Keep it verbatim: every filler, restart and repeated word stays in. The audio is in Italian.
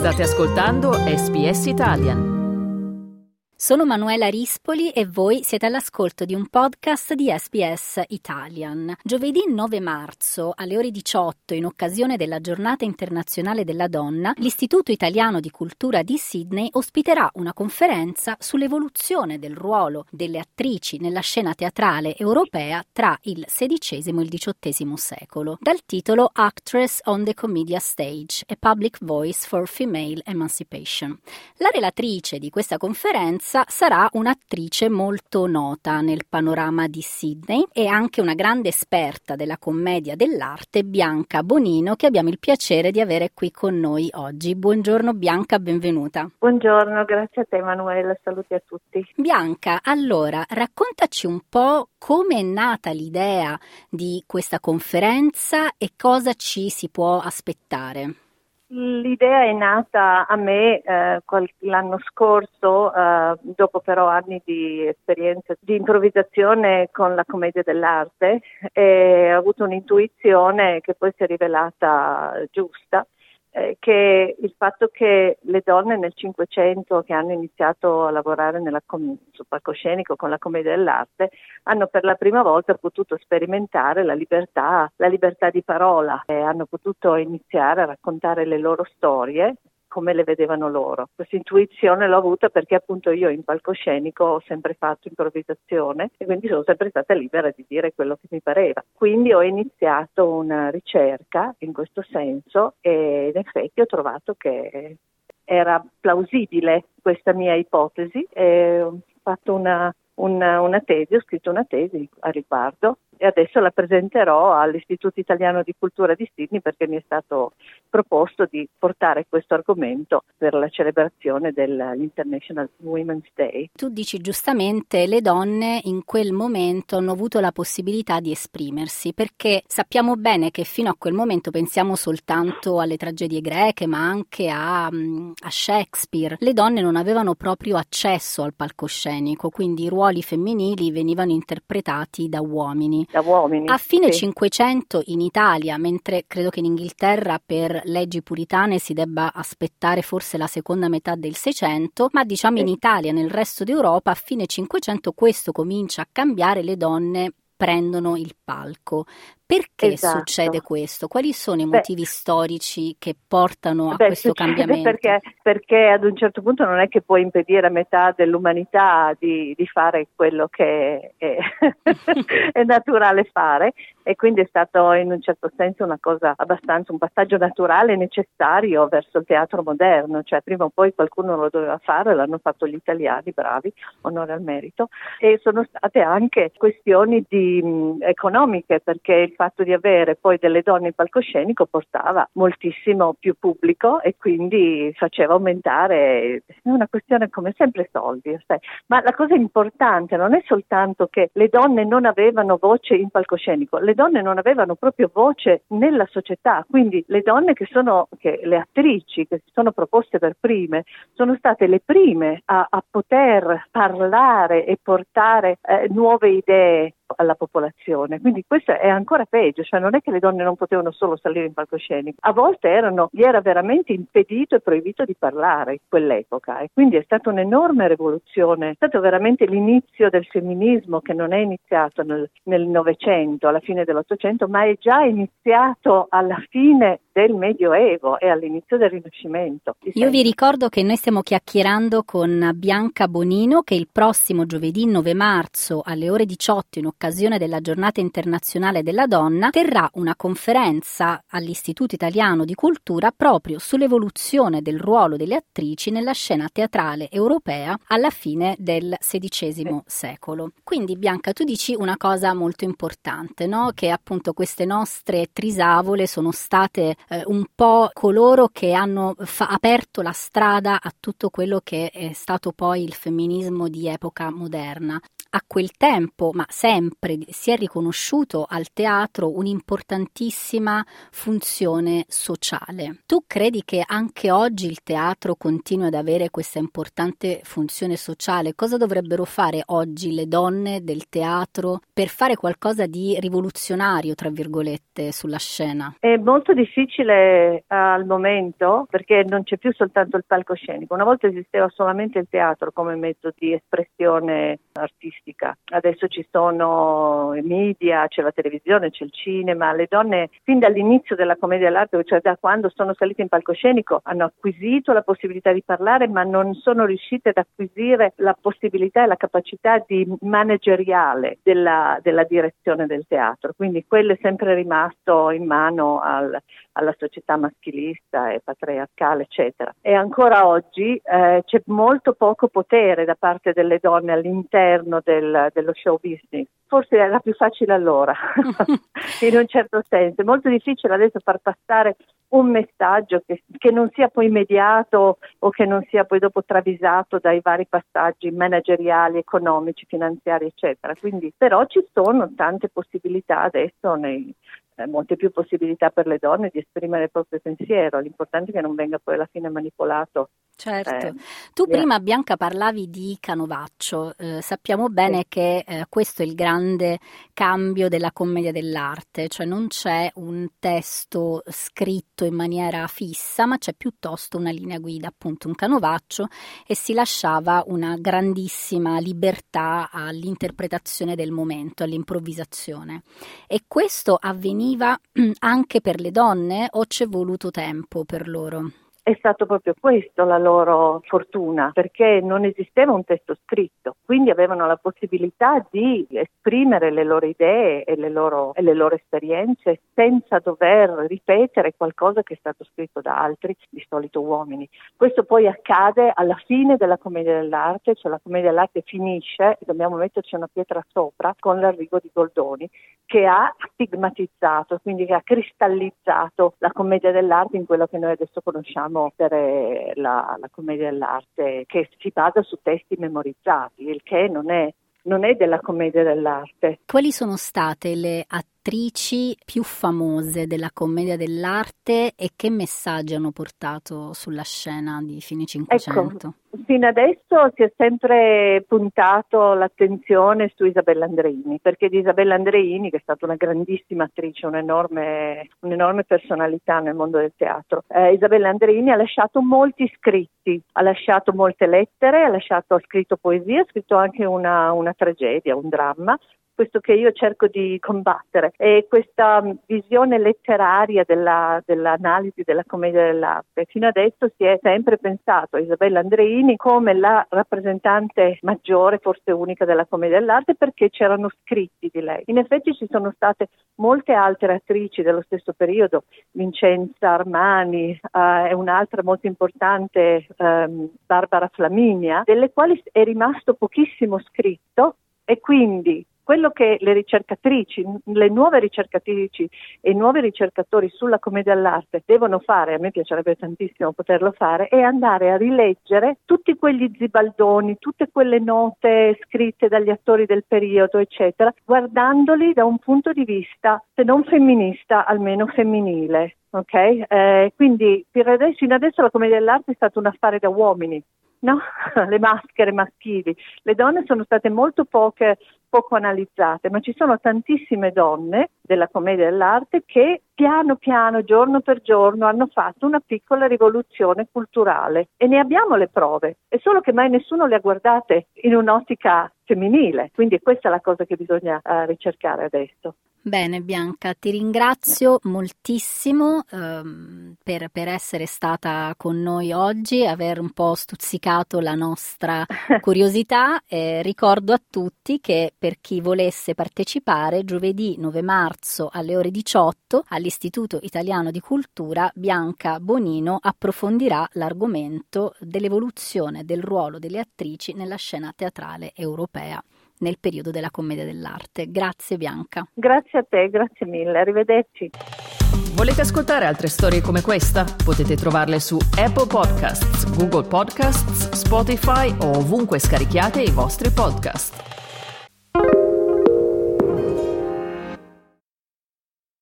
State ascoltando S B S Italian. Sono Manuela Rispoli e voi siete all'ascolto di un podcast di S B S Italian. Giovedì nove marzo alle ore diciotto, in occasione della Giornata Internazionale della Donna, l'Istituto Italiano di Cultura di Sydney ospiterà una conferenza sull'evoluzione del ruolo delle attrici nella scena teatrale europea tra il sedicesimo e il diciottesimo secolo, dal titolo Actress on the Commedia Stage, a Public Voice for Female Emancipation. La relatrice di questa conferenza sarà un'attrice molto nota nel panorama di Sydney e anche una grande esperta della commedia dell'arte, Bianca Bonino, che abbiamo il piacere di avere qui con noi oggi. Buongiorno Bianca, benvenuta. Buongiorno, grazie a te Manuela, saluti a tutti. Bianca, allora raccontaci un po' come è nata l'idea di questa conferenza e cosa ci si può aspettare. L'idea è nata a me eh, qual- l'anno scorso, eh, dopo però anni di esperienza di improvvisazione con la commedia dell'arte, e ho avuto un'intuizione che poi si è rivelata giusta, eh, che il fatto che le donne nel Cinquecento che hanno iniziato a lavorare nella com- sul palcoscenico con la commedia dell'arte hanno per la prima volta potuto sperimentare la libertà, la libertà di parola, e hanno potuto iniziare a raccontare le loro storie come le vedevano loro. Questa intuizione l'ho avuta perché appunto io in palcoscenico ho sempre fatto improvvisazione e quindi sono sempre stata libera di dire quello che mi pareva. Quindi ho iniziato una ricerca in questo senso e in effetti ho trovato che era plausibile questa mia ipotesi e ho fatto una, una, una tesi, ho scritto una tesi a riguardo e adesso la presenterò all'Istituto Italiano di Cultura di Sydney perché mi è stato proposto di portare questo argomento per la celebrazione dell'International Women's Day. Tu dici giustamente le donne in quel momento hanno avuto la possibilità di esprimersi, perché sappiamo bene che fino a quel momento pensiamo soltanto alle tragedie greche ma anche a, a Shakespeare. Le donne non avevano proprio accesso al palcoscenico, quindi i ruoli femminili venivano interpretati da uomini. Da uomini. A fine sì. Cinquecento in Italia, mentre credo che in Inghilterra per leggi puritane si debba aspettare forse la seconda metà del Seicento, ma diciamo in Italia, nel resto d'Europa, a fine Cinquecento questo comincia a cambiare, le donne prendono il palco. Perché esatto. succede questo? Quali sono i Beh, motivi storici che portano a beh, questo cambiamento? Perché, perché ad un certo punto non è che puoi impedire a metà dell'umanità di, di fare quello che è, è naturale fare, e quindi è stato in un certo senso una cosa abbastanza, un passaggio naturale e necessario verso il teatro moderno, cioè prima o poi qualcuno lo doveva fare, l'hanno fatto gli italiani, bravi, onore al merito, e sono state anche questioni di, mh, economiche, perché il fatto di avere poi delle donne in palcoscenico portava moltissimo più pubblico e quindi faceva aumentare, è una questione come sempre soldi, sai. Ma la cosa importante non è soltanto che le donne non avevano voce in palcoscenico, le donne non avevano proprio voce nella società, quindi le donne che sono, che le attrici che si sono proposte per prime, sono state le prime a, a poter parlare e portare eh, nuove idee alla popolazione, quindi questo è ancora peggio, cioè non è che le donne non potevano solo salire in palcoscenico, a volte erano, gli era veramente impedito e proibito di parlare in quell'epoca, e quindi è stata un'enorme rivoluzione, è stato veramente l'inizio del femminismo, che non è iniziato nel, nel Novecento, alla fine dell'Ottocento, ma è già iniziato alla fine del Medioevo e all'inizio del Rinascimento. Io vi ricordo che noi stiamo chiacchierando con Bianca Bonino, che il prossimo giovedì nove marzo alle ore diciotto, in occasione della Giornata Internazionale della Donna, terrà una conferenza all'Istituto Italiano di Cultura proprio sull'evoluzione del ruolo delle attrici nella scena teatrale europea alla fine del sedicesimo secolo. Quindi Bianca, tu dici una cosa molto importante, no? Che appunto queste nostre trisavole sono state eh, un po' coloro che hanno fa- aperto la strada a tutto quello che è stato poi il femminismo di epoca moderna. a quel tempo, ma sempre, si è riconosciuto al teatro un'importantissima funzione sociale. Tu credi che anche oggi il teatro continui ad avere questa importante funzione sociale? Cosa dovrebbero fare oggi le donne del teatro per fare qualcosa di rivoluzionario, tra virgolette, sulla scena? È molto difficile al momento perché non c'è più soltanto il palcoscenico. Una volta esisteva solamente il teatro come mezzo di espressione artistica. Adesso ci sono i media, c'è la televisione, c'è il cinema. Le donne fin dall'inizio della commedia dell'arte, cioè da quando sono salite in palcoscenico, hanno acquisito la possibilità di parlare, ma non sono riuscite ad acquisire la possibilità e la capacità di manageriale della, della direzione del teatro. Quindi quello è sempre rimasto in mano al, alla società maschilista e patriarcale, eccetera. E ancora oggi eh, c'è molto poco potere da parte delle donne all'interno del, dello show business. Forse era più facile allora, in un certo senso. È molto difficile adesso far passare un messaggio che, che non sia poi immediato o che non sia poi dopo travisato dai vari passaggi manageriali, economici, finanziari, eccetera. Quindi, però ci sono tante possibilità adesso, nei, eh, molte più possibilità per le donne di esprimere il proprio pensiero. L'importante è che non venga poi alla fine manipolato. Certo. Eh, tu yeah. prima, Bianca, parlavi di Canovaccio. Eh, sappiamo bene sì. che eh, questo è il grande cambio della commedia dell'arte, cioè non c'è un testo scritto in maniera fissa, ma c'è piuttosto una linea guida, appunto un canovaccio, e si lasciava una grandissima libertà all'interpretazione del momento, all'improvvisazione. E questo avveniva anche per le donne o c'è voluto tempo per loro? È stato proprio questo la loro fortuna, perché non esisteva un testo scritto, quindi avevano la possibilità di esprimere le loro idee e le loro, e le loro esperienze senza dover ripetere qualcosa che è stato scritto da altri, di solito uomini. Questo poi accade alla fine della commedia dell'arte, cioè la commedia dell'arte finisce e dobbiamo metterci una pietra sopra con l'arrivo di Goldoni, che ha stigmatizzato, quindi che ha cristallizzato la commedia dell'arte in quello che noi adesso conosciamo per la, la commedia dell'arte, che si basa su testi memorizzati, il che non è, non è della commedia dell'arte. Quali sono state le attrici più famose della commedia dell'arte e che messaggi hanno portato sulla scena di fine Cinquecento? Ecco, fino adesso si è sempre puntato l'attenzione su Isabella Andreini, perché di Isabella Andreini, che è stata una grandissima attrice, un'enorme, un'enorme personalità nel mondo del teatro, eh, Isabella Andreini ha lasciato molti scritti, ha lasciato molte lettere, ha, lasciato, ha scritto poesia, ha scritto anche una, una tragedia, un dramma, questo che io cerco di combattere, e questa visione letteraria della, dell'analisi della commedia dell'arte. Fino adesso si è sempre pensato a Isabella Andreini come la rappresentante maggiore, forse unica, della commedia dell'arte, perché c'erano scritti di lei. In effetti ci sono state molte altre attrici dello stesso periodo, Vincenza Armani eh, e un'altra molto importante, ehm, Barbara Flaminia, delle quali è rimasto pochissimo scritto, e quindi quello che le ricercatrici, le nuove ricercatrici e i nuovi ricercatori sulla commedia dell'arte devono fare, a me piacerebbe tantissimo poterlo fare, è andare a rileggere tutti quegli zibaldoni, tutte quelle note scritte dagli attori del periodo, eccetera, guardandoli da un punto di vista, se non femminista, almeno femminile. Ok? Eh, quindi per adesso, fino adesso la commedia dell'arte è stato un affare da uomini. No, le maschere maschili. Le donne sono state molto poche, poco analizzate, ma ci sono tantissime donne della commedia dell'arte che piano piano, giorno per giorno, hanno fatto una piccola rivoluzione culturale, e ne abbiamo le prove, è solo che mai nessuno le ha guardate in un'ottica femminile, quindi questa è la cosa che bisogna uh, ricercare adesso. Bene Bianca, ti ringrazio moltissimo ehm, per, per essere stata con noi oggi, aver un po' stuzzicato la nostra curiosità. Eh, ricordo a tutti che per chi volesse partecipare, giovedì nove marzo alle ore diciotto all'Istituto Italiano di Cultura, Bianca Bonino approfondirà l'argomento dell'evoluzione del ruolo delle attrici nella scena teatrale europea nel periodo della commedia dell'arte. Grazie Bianca. Grazie a te, grazie mille, arrivederci. Volete ascoltare altre storie come questa? Potete trovarle su Apple Podcasts, Google Podcasts, Spotify o ovunque scarichiate i vostri podcast.